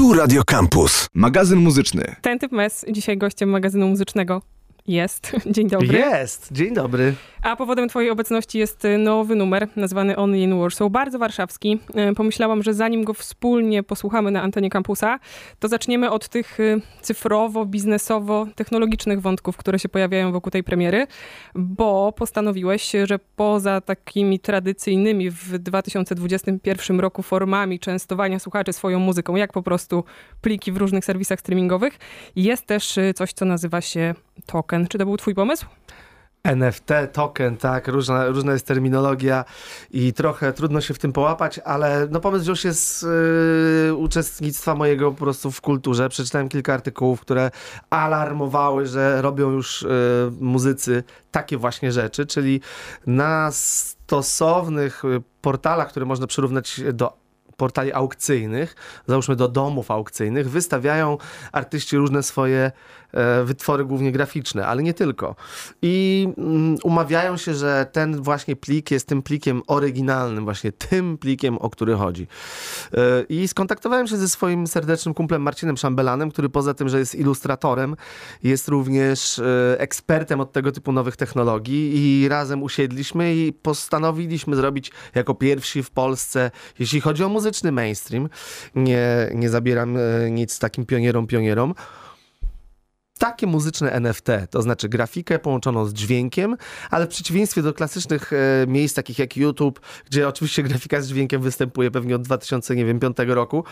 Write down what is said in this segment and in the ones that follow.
Tu Radio Campus. Magazyn muzyczny. Ten typ mes dzisiaj gościem magazynu muzycznego jest. Dzień dobry. Jest. Dzień dobry. A powodem twojej obecności jest nowy numer nazwany Only in Warsaw. Bardzo warszawski. Pomyślałam, że zanim go wspólnie posłuchamy na antenie kampusa, to zaczniemy od tych cyfrowo, biznesowo, technologicznych wątków, które się pojawiają wokół tej premiery, bo postanowiłeś, że poza takimi tradycyjnymi w 2021 roku formami częstowania słuchaczy swoją muzyką, jak po prostu pliki w różnych serwisach streamingowych, jest też coś, co nazywa się token. Czy to był twój pomysł? NFT, token, tak, różna jest terminologia i trochę trudno się w tym połapać, ale no pomysł wziął się z uczestnictwa mojego po prostu w kulturze. Przeczytałem kilka artykułów, które alarmowały, że robią już muzycy takie właśnie rzeczy, czyli na stosownych portalach, które można przyrównać do portali aukcyjnych, załóżmy do domów aukcyjnych, wystawiają artyści różne swoje wytwory, głównie graficzne, ale nie tylko. I umawiają się, że ten właśnie plik jest tym plikiem oryginalnym, właśnie tym plikiem, o który chodzi. I skontaktowałem się ze swoim serdecznym kumplem Marcinem Szambelanem, który poza tym, że jest ilustratorem, jest również ekspertem od tego typu nowych technologii i razem usiedliśmy i postanowiliśmy zrobić jako pierwsi w Polsce, jeśli chodzi o muzyczny mainstream, nie zabieram nic takim pionierom, takie muzyczne NFT, to znaczy grafikę połączoną z dźwiękiem, ale w przeciwieństwie do klasycznych miejsc takich jak YouTube, gdzie oczywiście grafika z dźwiękiem występuje pewnie od 2005 roku,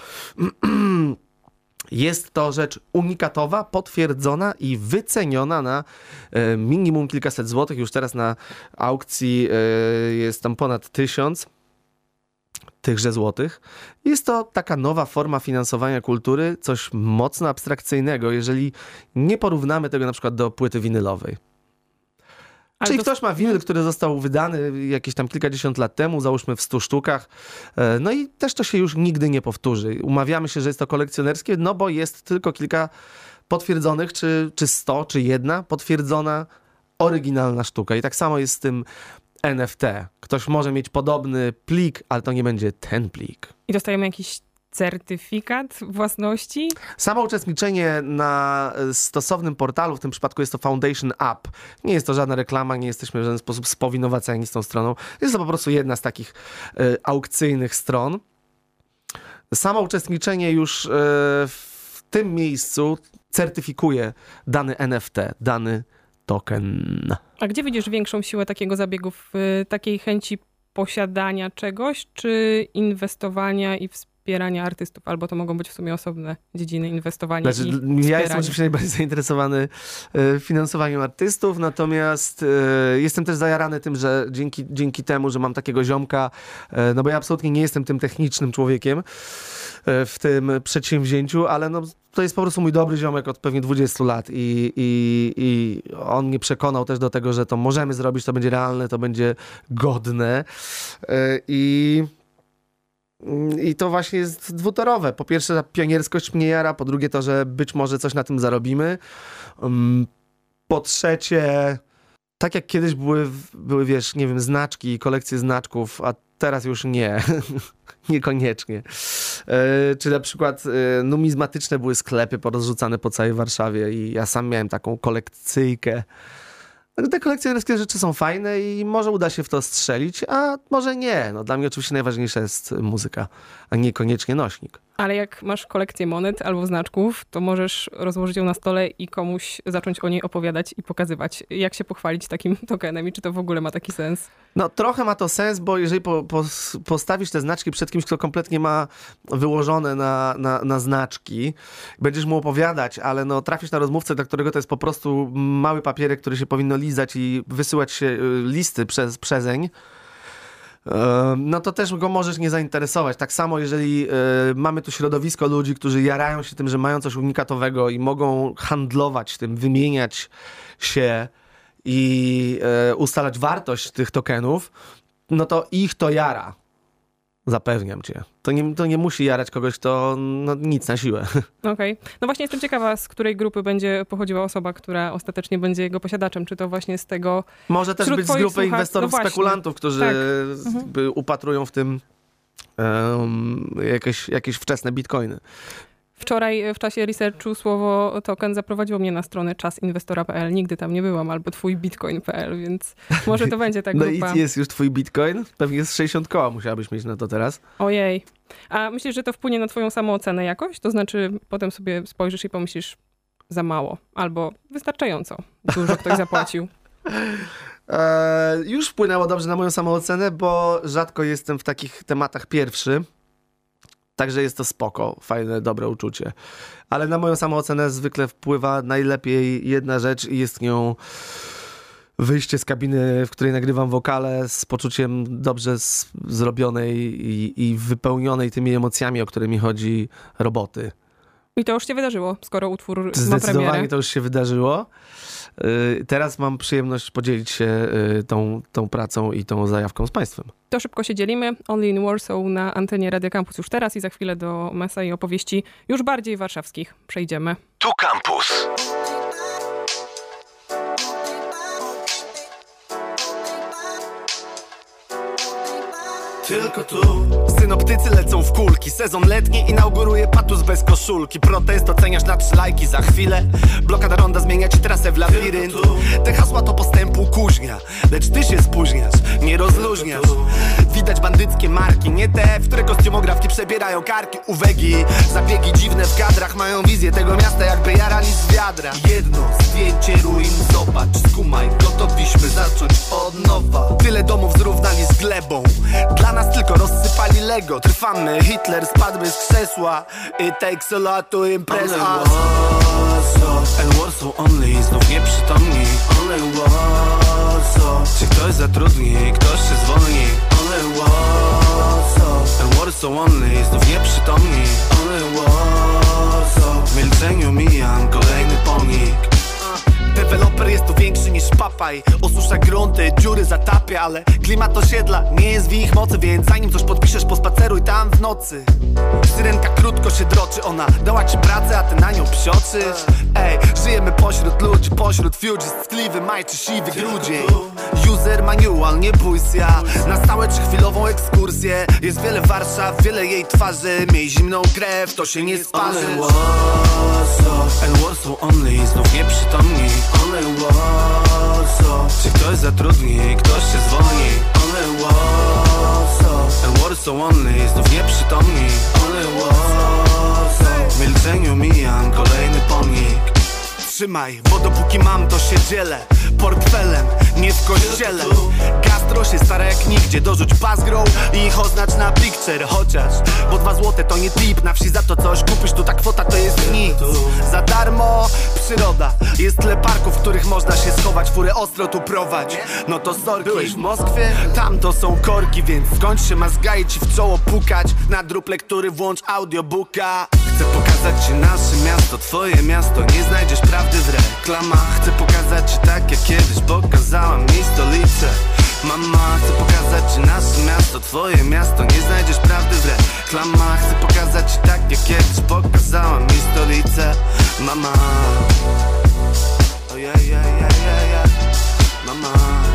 jest to rzecz unikatowa, potwierdzona i wyceniona na minimum kilkaset złotych. Już teraz na aukcji jest tam ponad 1000 tychże złotych. Jest to taka nowa forma finansowania kultury, coś mocno abstrakcyjnego, jeżeli nie porównamy tego na przykład do płyty winylowej. Czyli ktoś ma winyl, który został wydany jakieś tam kilkadziesiąt lat temu, załóżmy w 100 sztukach, no i też to się już nigdy nie powtórzy. Umawiamy się, że jest to kolekcjonerskie, no bo jest tylko kilka potwierdzonych, czy 100, czy jedna potwierdzona, oryginalna sztuka. I tak samo jest z tym NFT. Ktoś może mieć podobny plik, ale to nie będzie ten plik. I dostajemy jakiś certyfikat własności? Samo uczestniczenie na stosownym portalu, w tym przypadku jest to Foundation App. Nie jest to żadna reklama, nie jesteśmy w żaden sposób spowinowaceni z tą stroną. Jest to po prostu jedna z takich aukcyjnych stron. Samo uczestniczenie już w tym miejscu certyfikuje dany NFT, dany token. A gdzie widzisz większą siłę takiego zabiegu? W takiej chęci posiadania czegoś, czy inwestowania i wspierania artystów? Albo to mogą być w sumie osobne dziedziny inwestowania i wspierania. Ja jestem oczywiście najbardziej zainteresowany finansowaniem artystów, natomiast jestem też zajarany tym, że dzięki temu, że mam takiego ziomka, no bo ja absolutnie nie jestem tym technicznym człowiekiem w tym przedsięwzięciu, ale no to jest po prostu mój dobry ziomek od pewnie 20 lat i on mnie przekonał też do tego, że to możemy zrobić, to będzie realne, to będzie godne i to właśnie jest dwutorowe. Po pierwsze ta pionierskość mnie jara, po drugie to, że być może coś na tym zarobimy. Po trzecie, tak jak kiedyś były wiesz, nie wiem, znaczki i kolekcje znaczków, a teraz już nie. Niekoniecznie. Czy na przykład numizmatyczne były sklepy porozrzucane po całej Warszawie i ja sam miałem taką kolekcyjkę. Te kolekcjonerskie rzeczy są fajne i może uda się w to strzelić, a może nie. No, dla mnie oczywiście najważniejsza jest muzyka, a niekoniecznie nośnik. Ale jak masz kolekcję monet albo znaczków, to możesz rozłożyć ją na stole i komuś zacząć o niej opowiadać i pokazywać. Jak się pochwalić takim tokenem i czy to w ogóle ma taki sens? No trochę ma to sens, bo jeżeli postawisz te znaczki przed kimś, kto kompletnie ma wyłożone na znaczki, będziesz mu opowiadać, ale no trafisz na rozmówcę, dla którego to jest po prostu mały papierek, który się powinno lizać i wysyłać się listy przezeń, no to też go możesz nie zainteresować. Tak samo jeżeli mamy tu środowisko ludzi, którzy jarają się tym, że mają coś unikatowego i mogą handlować tym, wymieniać się i ustalać wartość tych tokenów, no to ich to jara. Zapewniam cię. To nie musi jarać kogoś, kto no, nic na siłę. Okej. No właśnie jestem ciekawa, z której grupy będzie pochodziła osoba, która ostatecznie będzie jego posiadaczem. Czy to właśnie z tego... Może też być z grupy inwestorów, spekulantów, którzy upatrują w tym jakieś wczesne bitcoiny. Wczoraj w czasie researchu słowo token zaprowadziło mnie na stronę czasinwestora.pl. Nigdy tam nie byłam, albo twój bitcoin.pl, więc może to będzie ta grupa. No i jest już twój bitcoin? Pewnie jest 60 koła, musiałabyś mieć na to teraz. Ojej. A myślisz, że to wpłynie na twoją samoocenę jakoś? To znaczy potem sobie spojrzysz i pomyślisz za mało, albo wystarczająco dużo ktoś zapłacił. Już wpłynęło dobrze na moją samoocenę, bo rzadko jestem w takich tematach pierwszy. Także jest to spoko, fajne, dobre uczucie. Ale na moją samoocenę zwykle wpływa najlepiej jedna rzecz i jest nią wyjście z kabiny, w której nagrywam wokale z poczuciem dobrze zrobionej i wypełnionej tymi emocjami, o które mi chodzi, roboty. I to już się wydarzyło, skoro utwór ma premierę. Zdecydowanie to już się wydarzyło. Teraz mam przyjemność podzielić się tą pracą i tą zajawką z państwem. To szybko się dzielimy. Only in Warsaw na antenie Radia Campus już teraz i za chwilę do Mesa i opowieści już bardziej warszawskich przejdziemy. Tu Campus. Tylko tu synoptycy lecą w kulki. Sezon letni inauguruje patus bez koszulki. Protest oceniasz na 3 lajki. Za chwilę blokada ronda zmienia ci trasę w labirynt. Te hasła to postępu kuźnia, lecz ty się spóźniasz, nie rozluźniasz. Widać bandyckie marki, nie te, w które kostiumografki przebierają karki. Uwegi, zabiegi dziwne w kadrach mają wizję tego miasta, jakby jarali z wiadra. Jedno zdjęcie ruin, zobacz, skumaj. Gotowiśmy zacząć od nowa. Tyle domów zrównali z glebą, dla nas tylko rozsypali Lego. Trwamy, Hitler spadł z krzesła. It takes a lot to impress us. And Warsaw only, znów nieprzytomni. Only Warsaw. Czy ktoś zatrudni, ktoś się zwolni. Only Warsaw. And Warsaw only, znów nieprzytomni. Only Warsaw. W milczeniu mijam kolejny pomnik. Deweloper jest tu większy niż papaj. Osusza grunty, dziury zatapia, ale klimat osiedla nie jest w ich mocy. Więc zanim coś podpiszesz, pospaceruj tam w nocy. Syrenka krótko się droczy, ona dała ci pracę, a ty na nią psioczysz. Ej, żyjemy pośród ludzi, pośród fugees, tkliwy maj czy siwy grudzień. User manual, nie bój się, na stałe czy chwilową ekskursję. Jest wiele Warszaw, wiele jej twarzy. Miej zimną krew, to się nie sparzy. And Warsaw only, znów nieprzytomni. Only Warsaw. Czy ktoś zatrudni, ktoś się zwolni. Only Warsaw. And Warsaw only, znów nieprzytomni. Only Warsaw. W milczeniu mijam kolejny pomnik. Trzymaj, bo dopóki mam, to się dzielę portfelem, nie w kościele. Gastro się stara jak nigdzie. Dorzuć Buzzgrow i ich oznacz na picture. Chociaż, bo 2 złote to nie tip. Na wsi za to coś kupisz, tu ta kwota to jest nic. Za darmo przyroda. Jest tyle parków, w których można się schować. Furę ostro tu prowadź. No to sorki. Byłeś w Moskwie? Tam to są korki, więc skąd się mazga i ci w czoło pukać. Na drób lektury włącz audiobooka. Chcę pokazać ci nasze miasto, twoje miasto. Nie znajdziesz prawdy w reklamach. Chcę pokazać ci tak jak kiedyś pokazała mi stolicę. Mama, chcę pokazać ci nasze miasto, twoje miasto. Nie znajdziesz prawdy w reklamach. Chcę pokazać ci tak jak kiedyś pokazała mi stolicę. Mama. Oh yeah, yeah, yeah, yeah, yeah. Mama.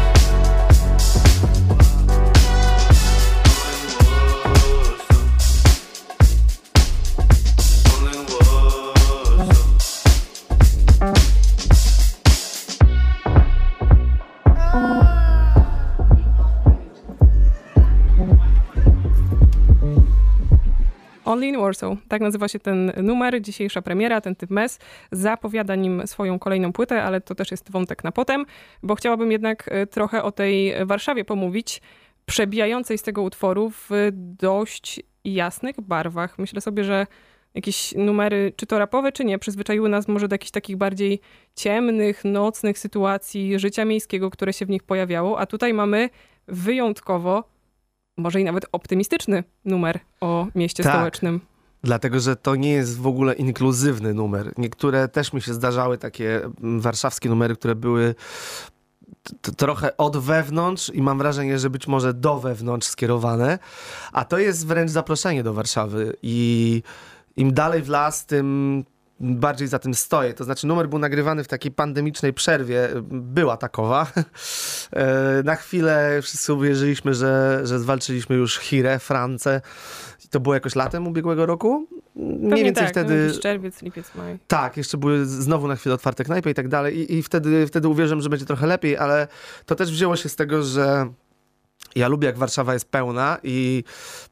Only in Warsaw. Tak nazywa się ten numer, dzisiejsza premiera, ten typ Mes. Zapowiada nim swoją kolejną płytę, ale to też jest wątek na potem, bo chciałabym jednak trochę o tej Warszawie pomówić, przebijającej z tego utworu w dość jasnych barwach. Myślę sobie, że jakieś numery, czy to rapowe, czy nie, przyzwyczaiły nas może do jakichś takich bardziej ciemnych, nocnych sytuacji życia miejskiego, które się w nich pojawiało, a tutaj mamy wyjątkowo może i nawet optymistyczny numer o mieście stołecznym. Dlatego, że to nie jest w ogóle inkluzywny numer. Niektóre też mi się zdarzały takie warszawskie numery, które były trochę od wewnątrz i mam wrażenie, że być może do wewnątrz skierowane, a to jest wręcz zaproszenie do Warszawy i im dalej w las, tym bardziej za tym stoję. To znaczy numer był nagrywany w takiej pandemicznej przerwie. Była takowa. Na chwilę wszyscy uwierzyliśmy, że zwalczyliśmy już Hirę, Francę. To było jakoś latem ubiegłego roku. Mniej Pewnie więcej tak, wtedy... czerwiec, lipiec, maj. Tak, jeszcze były znowu na chwilę otwarte knajpy i tak dalej. I wtedy uwierzyłem, że będzie trochę lepiej, ale to też wzięło się z tego, że ja lubię, jak Warszawa jest pełna i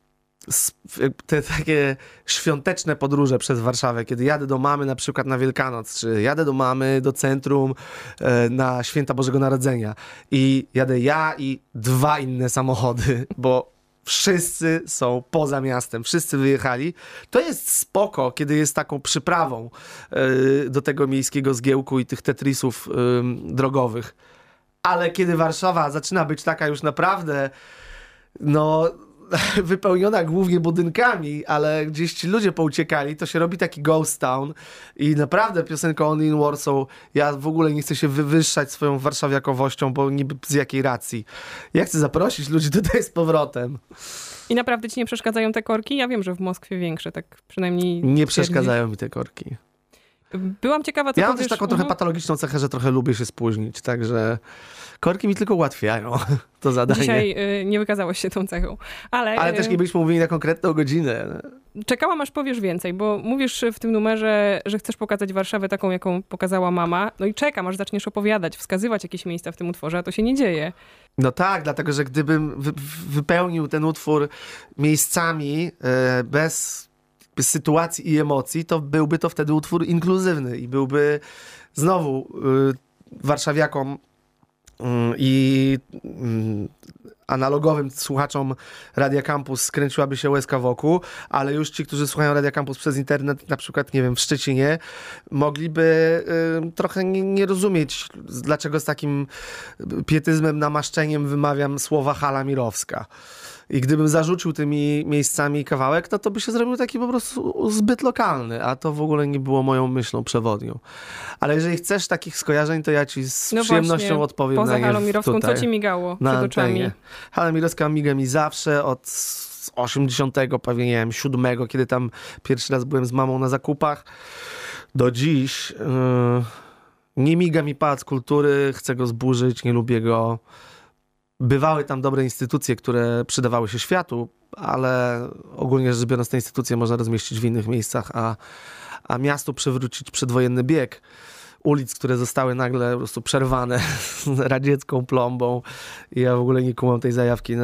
te takie świąteczne podróże przez Warszawę, kiedy jadę do mamy na przykład na Wielkanoc, czy jadę do mamy do centrum na Święta Bożego Narodzenia i jadę ja i 2 inne samochody, bo wszyscy są poza miastem, wszyscy wyjechali. To jest spoko, kiedy jest taką przyprawą do tego miejskiego zgiełku i tych tetrisów drogowych. Ale kiedy Warszawa zaczyna być taka już naprawdę, no, wypełniona głównie budynkami, ale gdzieś ci ludzie pouciekali, to się robi taki ghost town i naprawdę piosenka Only in Warsaw, ja w ogóle nie chcę się wywyższać swoją warszawiakowością, bo niby z jakiej racji. Ja chcę zaprosić ludzi tutaj z powrotem. I naprawdę ci nie przeszkadzają te korki? Ja wiem, że w Moskwie większe, tak przynajmniej Nie twierdzisz. przeszkadzają mi te korki. Byłam ciekawa, co Ja mam powiesz... też taką trochę patologiczną cechę, że trochę lubię się spóźnić, także korki mi tylko ułatwiają to zadanie. Dzisiaj nie wykazałeś się tą cechą. Ale też nie byliśmy umówieni na konkretną godzinę. czekałam, aż powiesz więcej, bo mówisz w tym numerze, że chcesz pokazać Warszawę taką, jaką pokazała mama. No i czekam, aż zaczniesz opowiadać, wskazywać jakieś miejsca w tym utworze, a to się nie dzieje. No tak, dlatego że gdybym wypełnił ten utwór miejscami bez sytuacji i emocji, to byłby to wtedy utwór inkluzywny i byłby znowu warszawiakom i analogowym słuchaczom Radia Campus skręciłaby się łezka wokół, ale już ci, którzy słuchają Radia Campus przez internet, na przykład, nie wiem, w Szczecinie, mogliby trochę nie rozumieć, dlaczego z takim pietyzmem, namaszczeniem wymawiam słowa Hala Mirowska. I gdybym zarzucił tymi miejscami kawałek, no to by się zrobił taki po prostu zbyt lokalny, a to w ogóle nie było moją myślą przewodnią. Ale jeżeli chcesz takich skojarzeń, to ja ci z przyjemnością właśnie, odpowiem poza na nie Halą Mirowską, tutaj, co ci migało na przed oczami? antenie. Hala Mirowska miga mi zawsze od 80, pewnie nie wiem, 7, kiedy tam pierwszy raz byłem z mamą na zakupach, do dziś. Nie miga mi Pałac Kultury, chcę go zburzyć, nie lubię go. Bywały tam dobre instytucje, które przydawały się światu, ale ogólnie rzecz biorąc te instytucje można rozmieścić w innych miejscach, a miastu przywrócić przedwojenny bieg ulic, które zostały nagle po prostu przerwane radziecką plombą. I ja w ogóle nie kumam tej zajawki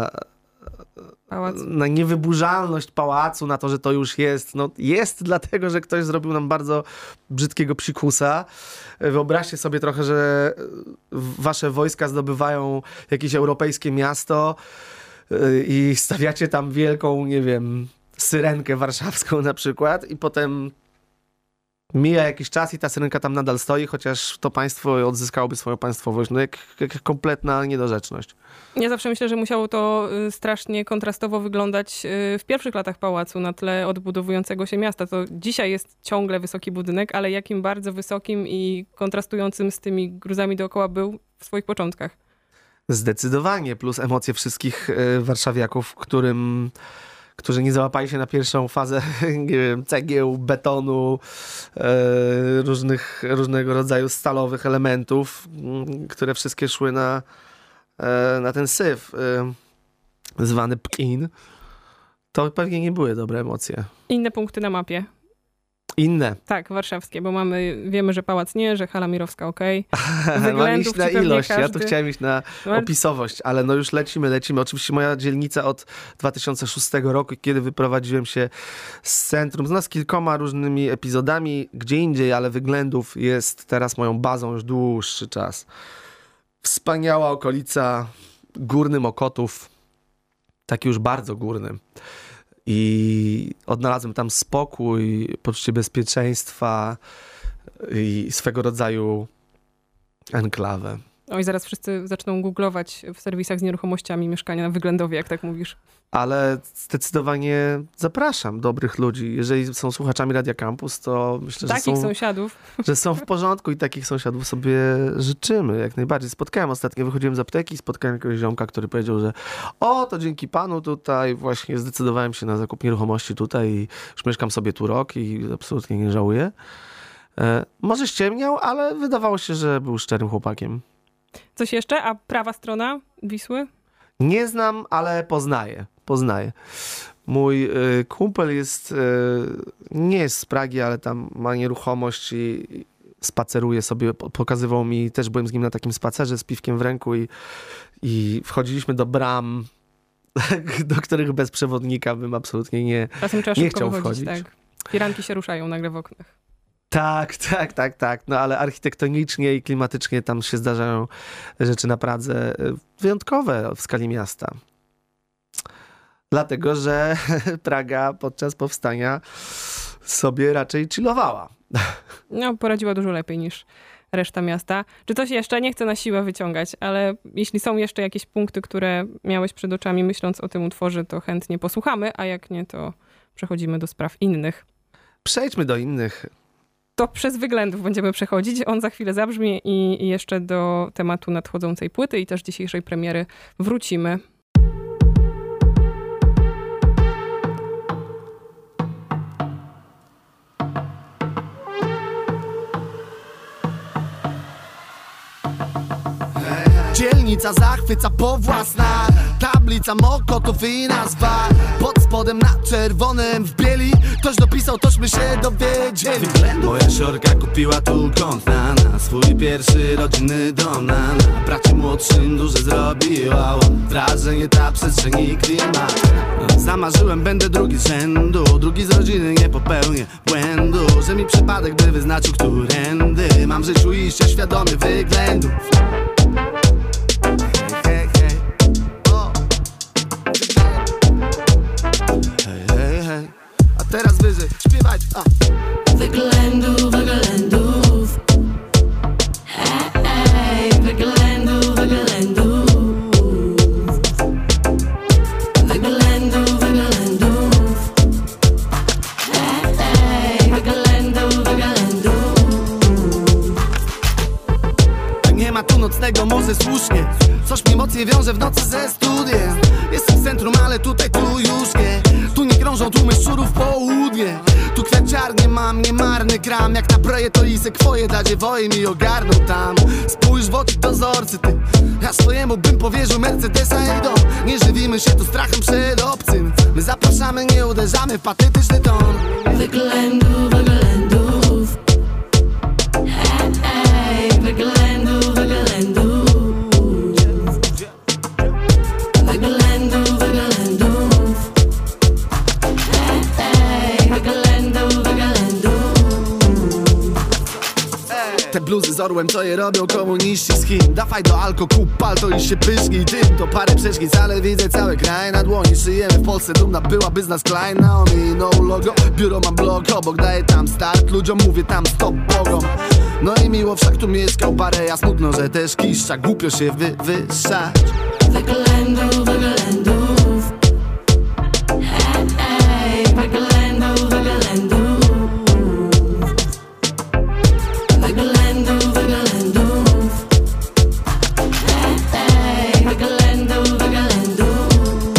na niewyburzalność pałacu, na to, że to już jest. No, jest dlatego, że ktoś zrobił nam bardzo brzydkiego psikusa. Wyobraźcie sobie trochę, że wasze wojska zdobywają jakieś europejskie miasto i stawiacie tam wielką, nie wiem, syrenkę warszawską na przykład i potem mija jakiś czas i ta syrenka tam nadal stoi, chociaż to państwo odzyskałoby swoją państwowość. No jak kompletna niedorzeczność. Ja zawsze myślę, że musiało to strasznie kontrastowo wyglądać w pierwszych latach pałacu na tle odbudowującego się miasta. To dzisiaj jest ciągle wysoki budynek, ale jakim bardzo wysokim i kontrastującym z tymi gruzami dookoła był w swoich początkach. Zdecydowanie, plus emocje wszystkich warszawiaków, którzy nie załapali się na pierwszą fazę, nie wiem, cegieł, betonu, różnego rodzaju stalowych elementów, które wszystkie szły na ten syf zwany Pkin. To pewnie nie były dobre emocje. Inne punkty na mapie. Inne. Tak, warszawskie, bo wiemy, że pałac nie, że Hala Mirowska okej. Mam iść na ilość, każdy... ja tu chciałem iść na opisowość, ale no już lecimy. Oczywiście moja dzielnica od 2006 roku, kiedy wyprowadziłem się z centrum, z kilkoma różnymi epizodami, gdzie indziej, ale Wyględów jest teraz moją bazą już dłuższy czas. Wspaniała okolica, Górny Mokotów, taki już bardzo górny. I odnalazłem tam spokój, poczucie bezpieczeństwa i swego rodzaju enklawę. Oj, zaraz wszyscy zaczną googlować w serwisach z nieruchomościami mieszkania na Wyględowie, jak tak mówisz. Ale zdecydowanie zapraszam dobrych ludzi. Jeżeli są słuchaczami Radia Campus, to myślę, sąsiadów. że są w porządku i takich sąsiadów sobie życzymy. Jak najbardziej. Ostatnio wychodziłem z apteki i spotkałem jakiegoś ziomka, który powiedział, że to dzięki panu tutaj właśnie zdecydowałem się na zakup nieruchomości tutaj i już mieszkam sobie tu rok i absolutnie nie żałuję. Może ściemniał, ale wydawało się, że był szczerym chłopakiem. Coś jeszcze? A prawa strona Wisły? Nie znam, ale poznaję. poznaję. Mój kumpel jest, nie jest z Pragi, ale tam ma nieruchomość i spaceruje sobie, pokazywał mi, też byłem z nim na takim spacerze z piwkiem w ręku i wchodziliśmy do bram, do których bez przewodnika bym absolutnie nie chciał wchodzić. Tak. Firanki się ruszają nagle w oknach. Tak. No ale architektonicznie i klimatycznie tam się zdarzają rzeczy na Pradze wyjątkowe w skali miasta. Dlatego, że Praga podczas powstania sobie raczej chillowała. No, poradziła dużo lepiej niż reszta miasta. Czy coś jeszcze? Nie chcę na siłę wyciągać, ale jeśli są jeszcze jakieś punkty, które miałeś przed oczami myśląc o tym utworze, to chętnie posłuchamy, a jak nie, to przechodzimy do spraw innych. Przejdźmy do innych. To przez Wyględów będziemy przechodzić. On za chwilę zabrzmi i jeszcze do tematu nadchodzącej płyty i też dzisiejszej premiery wrócimy. Dzielnica zachwyca powłasna, tablica mokotów i nazwa. Pod spodem na czerwonym w bieli ktoś dopisał, tośmy się dowiedzieli. Moja siorka kupiła tu kąt na swój pierwszy rodzinny dom na bracie młodszym duże zrobiła wrażenie ta przestrzeń i klimat. Zamarzyłem, będę drugi z rzędu, drugi z rodziny, nie popełnię błędu, że mi przypadek by wyznaczył, którędy mam w życiu iść świadomy wyględów. A teraz wyżej, śpiewać. Wyględów, wyględów. Hej, wyględów, wyględów. Wyględów, wyględów. Hej, wyględów, wyględów. Nie ma tu nocnego, może słusznie. Coś mnie mocniej wiąże w nocy ze studiem. Jestem w centrum, ale tutaj tu już nie. Tu nie krążą tłumy szczurów w południe. Tu kwiaciarnie mam, niemarny gram. Jak na proje to i sekwoje dla dziewoje mi ogarną tam. Spójrz w oczy dozorcy ty. Ja swojemu bym powierzył Mercedesa i dom. Nie żywimy się tu strachem przed obcym. My zapraszamy, nie uderzamy w patetyczny ton. Wyględów, wyględów. Hej, wyględów, wyględów. Wyględów, wyględów. Hej, wyględów, wyględów. Te bluzy z orłem, co je robią komuniści z Chin. Dawaj do alko, kup palto i się pyszki. Tym to parę przeszkidz, ale widzę cały kraj na dłoni. Szyjemy w Polsce, dumna byłaby z nas Klein. Naomi, no logo, biuro mam blog obok. Daję tam start, ludziom mówię tam stop bogom. No i miło, wszak tu mieszkał parę, ja smutno, że też kiszcza. Głupio się wywyższać. Wyględów, wyględów. Hej, wyględów, wyględów. Wyględów, wyględów. Hej, wyględów, wyględów.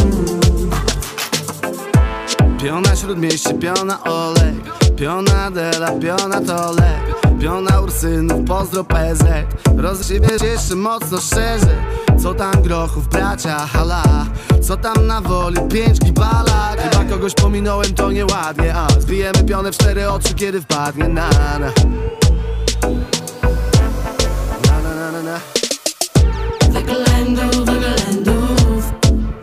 Piona śródmieście, piona Olek, piona Adela, piona Tolek, piona Ursynów, pozdro PZ. Rozsiebie jeszcze mocno szczerze. Co tam Grochów, bracia, hala. Co tam na Woli, 5 gibala. Chyba kogoś pominąłem, to nieładnie. Zbijemy pionę w 4 oczy, kiedy wpadnie na. Wyględów, wyględów.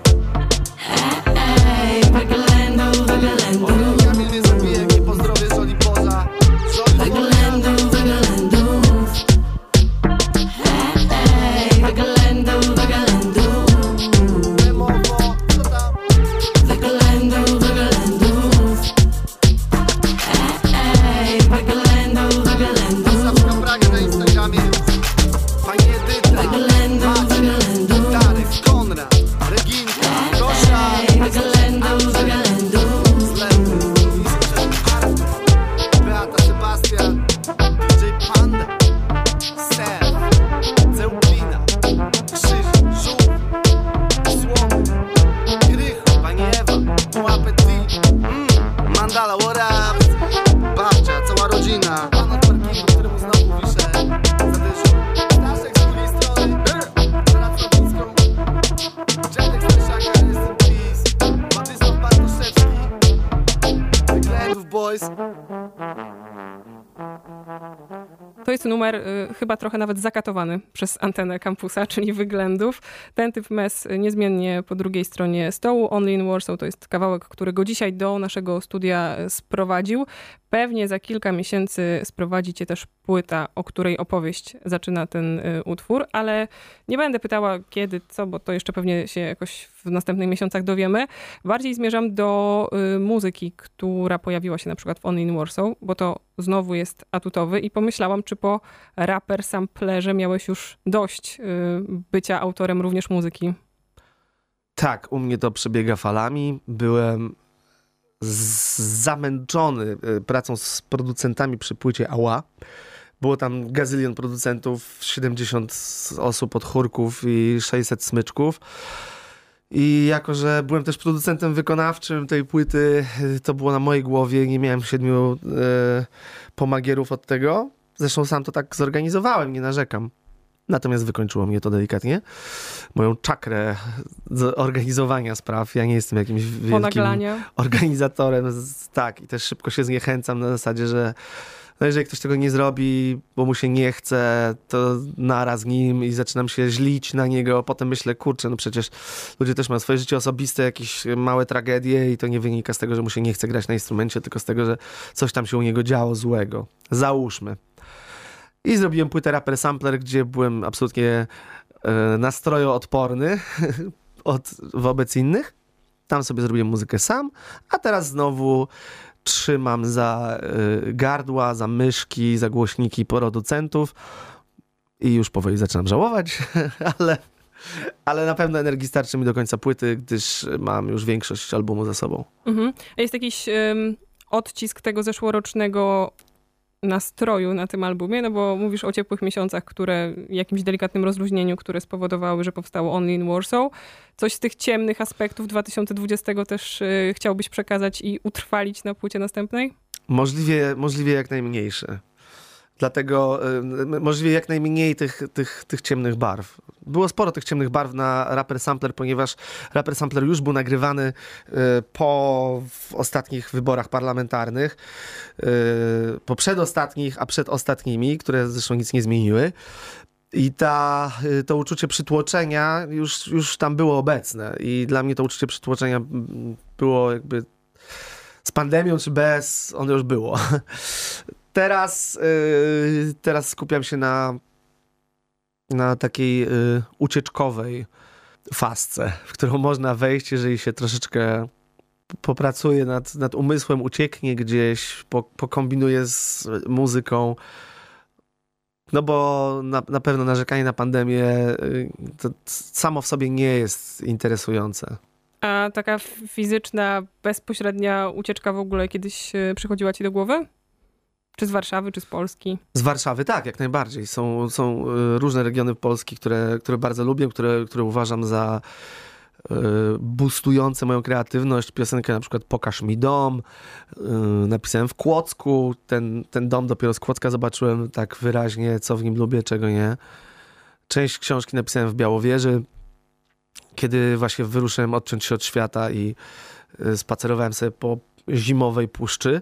Hej, wyględów, wyględów. Kamil nie zabije, nie pozdrowię Żoli poza. Wyględów, wyględów. Hej, wyględów, wyględów. Wyględów, wyględów. Hej, wyględów, wyględów. Zawsze Pragę na Instagramie. Fajnie To jest numer chyba trochę nawet zakatowany przez antenę kampusa, czyli Wyględów. Ten typ mes niezmiennie po drugiej stronie stołu. Only in Warsaw to jest kawałek, który go dzisiaj do naszego studia sprowadził. Pewnie za kilka miesięcy sprowadzi cię też płyta, o której opowieść zaczyna ten utwór, ale nie będę pytała kiedy, co, bo to jeszcze pewnie się jakoś w następnych miesiącach dowiemy. Bardziej zmierzam do muzyki, która pojawiła się na przykład w Only in Warsaw, bo to znowu jest atutowy i pomyślałam, czy po raper samplerze miałeś już dość bycia autorem również muzyki. Tak, u mnie to przebiega falami. Byłem zamęczony pracą z producentami przy płycie Ała. Było tam gazylion producentów, 70 osób od chórków i 600 smyczków. I jako, że byłem też producentem wykonawczym tej płyty, to było na mojej głowie, nie miałem 7 pomagierów od tego. Zresztą sam to tak zorganizowałem, nie narzekam. Natomiast wykończyło mnie to delikatnie. Moją czakrę organizowania spraw. Ja nie jestem jakimś wielkim Ponaglania. organizatorem. Tak, i też szybko się zniechęcam na zasadzie, że no jeżeli ktoś tego nie zrobi, bo mu się nie chce, to naraz z nim i zaczynam się źlić na niego. Potem myślę, kurczę, no przecież ludzie też mają swoje życie osobiste, jakieś małe tragedie i to nie wynika z tego, że mu się nie chce grać na instrumencie, tylko z tego, że coś tam się u niego działo złego. Załóżmy. I zrobiłem płytę Rapper Sampler, gdzie byłem absolutnie nastrojoodporny wobec innych. Tam sobie zrobiłem muzykę sam, a teraz znowu trzymam za gardła, za myszki, za głośniki producentów i już powoli zaczynam żałować, ale na pewno energii starczy mi do końca płyty, gdyż mam już większość albumu za sobą. Mhm. A jest jakiś odcisk tego zeszłorocznego nastroju na tym albumie, no bo mówisz o ciepłych miesiącach, jakimś delikatnym rozluźnieniu, które spowodowały, że powstało Only in Warsaw. Coś z tych ciemnych aspektów 2020 też chciałbyś przekazać i utrwalić na płycie następnej? Możliwie jak najmniejsze. Dlatego możliwie jak najmniej tych ciemnych barw. Było sporo tych ciemnych barw na Rapper Sampler, ponieważ Rapper Sampler już był nagrywany po ostatnich wyborach parlamentarnych, po przedostatnich, a przed ostatnimi, które zresztą nic nie zmieniły. I to uczucie przytłoczenia już tam było obecne. I dla mnie to uczucie przytłoczenia było jakby z pandemią czy bez, ono już było. Teraz skupiam się na takiej ucieczkowej fasce, w którą można wejść, jeżeli się troszeczkę popracuje nad umysłem, ucieknie gdzieś, pokombinuje z muzyką. No bo na pewno narzekanie na pandemię to samo w sobie nie jest interesujące. A taka fizyczna, bezpośrednia ucieczka w ogóle kiedyś przychodziła ci do głowy? Czy z Warszawy, czy z Polski? Z Warszawy, tak, jak najbardziej. Są różne regiony Polski, które bardzo lubię, które uważam za boostujące moją kreatywność. Piosenkę na przykład Pokaż mi dom. Napisałem w Kłodzku. Ten dom dopiero z Kłodzka zobaczyłem tak wyraźnie, co w nim lubię, czego nie. Część książki napisałem w Białowieży, kiedy właśnie wyruszyłem odciąć się od świata i spacerowałem sobie po zimowej puszczy.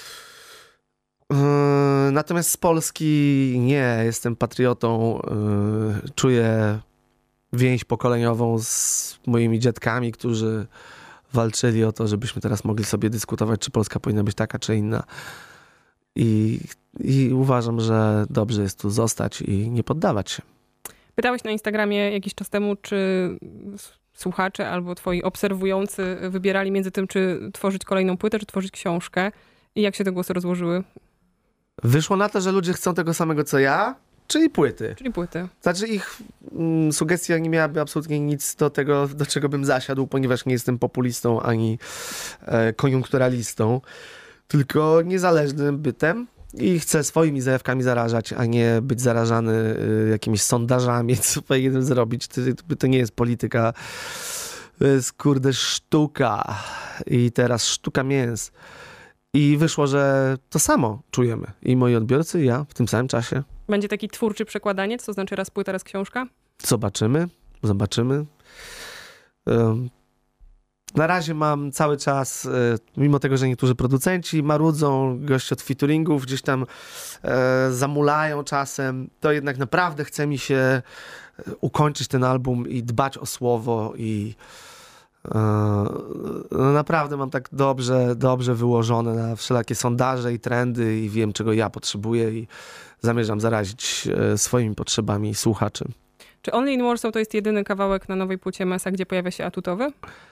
Natomiast z Polski nie, jestem patriotą, czuję więź pokoleniową z moimi dziadkami, którzy walczyli o to, żebyśmy teraz mogli sobie dyskutować, czy Polska powinna być taka, czy inna. I uważam, że dobrze jest tu zostać i nie poddawać się. Pytałeś na Instagramie jakiś czas temu, czy słuchacze albo twoi obserwujący wybierali między tym, czy tworzyć kolejną płytę, czy tworzyć książkę. I jak się te głosy rozłożyły? Wyszło na to, że ludzie chcą tego samego co ja, czyli płyty. Czyli płyty. Znaczy ich sugestia nie miałaby absolutnie nic do tego, do czego bym zasiadł, ponieważ nie jestem populistą ani koniunkturalistą, tylko niezależnym bytem i chcę swoimi zajawkami zarażać, a nie być zarażany jakimiś sondażami, co powinienem zrobić. To nie jest polityka, to jest kurde sztuka i teraz sztuka mięs. I wyszło, że to samo czujemy. I moi odbiorcy, i ja w tym samym czasie. Będzie taki twórczy przekładaniec, to znaczy raz płyta, raz książka? Zobaczymy. Na razie mam cały czas, mimo tego, że niektórzy producenci marudzą, goście od featuringów gdzieś tam zamulają czasem, to jednak naprawdę chce mi się ukończyć ten album i dbać o słowo i no naprawdę mam tak dobrze wyłożone na wszelakie sondaże i trendy i wiem, czego ja potrzebuję i zamierzam zarazić swoimi potrzebami słuchaczy. Czy Only in Warsaw to jest jedyny kawałek na nowej płycie Mesa, gdzie pojawia się atutowy?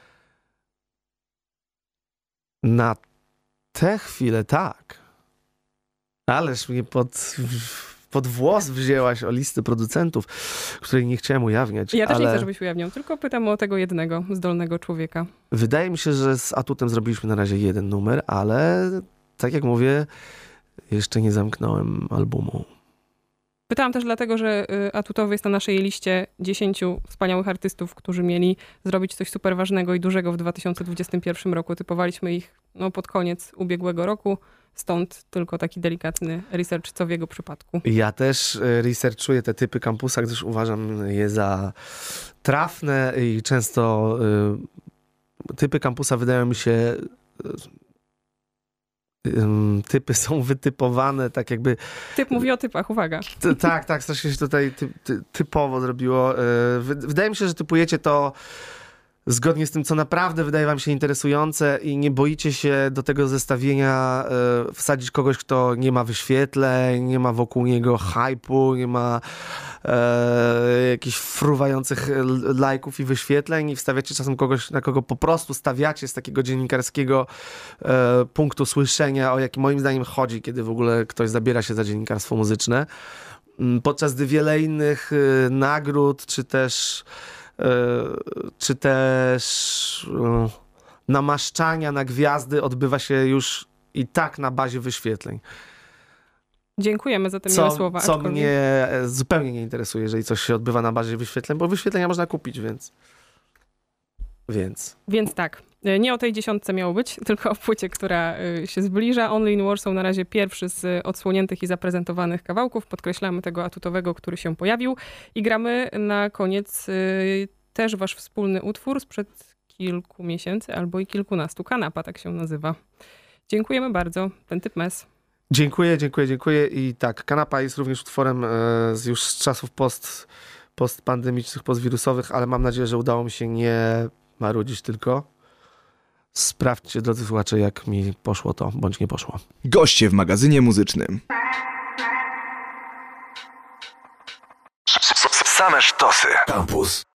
Na tę chwilę tak. Ależ mnie pod włos wzięłaś o listę producentów, której nie chciałem ujawniać. Ja też nie ale chcę, żebyś ujawniał, tylko pytam o tego jednego zdolnego człowieka. wydaje mi się, że z Atutem zrobiliśmy na razie jeden numer, ale tak jak mówię, jeszcze nie zamknąłem albumu. Pytałam też dlatego, że Atutowy jest na naszej liście 10 wspaniałych artystów, którzy mieli zrobić coś super ważnego i dużego w 2021 roku. Typowaliśmy ich pod koniec ubiegłego roku, stąd tylko taki delikatny research, co w jego przypadku. Ja też researchuję te typy kampusa, gdyż uważam je za trafne i często typy kampusa wydają mi się typy są wytypowane tak jakby... Typ mówi o typach, uwaga. Tak, strasznie się tutaj typowo zrobiło. Wydaje mi się, że typujecie to zgodnie z tym, co naprawdę wydaje wam się interesujące i nie boicie się do tego zestawienia wsadzić kogoś, kto nie ma wyświetleń, nie ma wokół niego hype'u, nie ma jakichś fruwających lajków i wyświetleń i wstawiacie czasem kogoś, na kogo po prostu stawiacie z takiego dziennikarskiego punktu słyszenia, o jaki moim zdaniem chodzi, kiedy w ogóle ktoś zabiera się za dziennikarstwo muzyczne. Podczas gdy wiele innych nagród, czy też namaszczania na gwiazdy odbywa się już i tak na bazie wyświetleń. Dziękujemy za te miłe słowa. Co mnie zupełnie nie interesuje, jeżeli coś się odbywa na bazie wyświetleń, bo wyświetlenia można kupić, Więc tak, nie o tej 10 miało być, tylko o płycie, która się zbliża. Only in Warsaw na razie pierwszy z odsłoniętych i zaprezentowanych kawałków. Podkreślamy tego atutowego, który się pojawił. I gramy na koniec też wasz wspólny utwór sprzed kilku miesięcy, albo i kilkunastu. Kanapa, tak się nazywa. Dziękujemy bardzo. Ten typ Mes. Dziękuję. I tak, Kanapa jest również utworem już z czasów postpandemicznych, postwirusowych, ale mam nadzieję, że udało mi się nie marudzić tylko. Sprawdźcie, drodzy słuchacze, jak mi poszło to, bądź nie poszło. Goście w magazynie muzycznym. Same sztosy. Campus.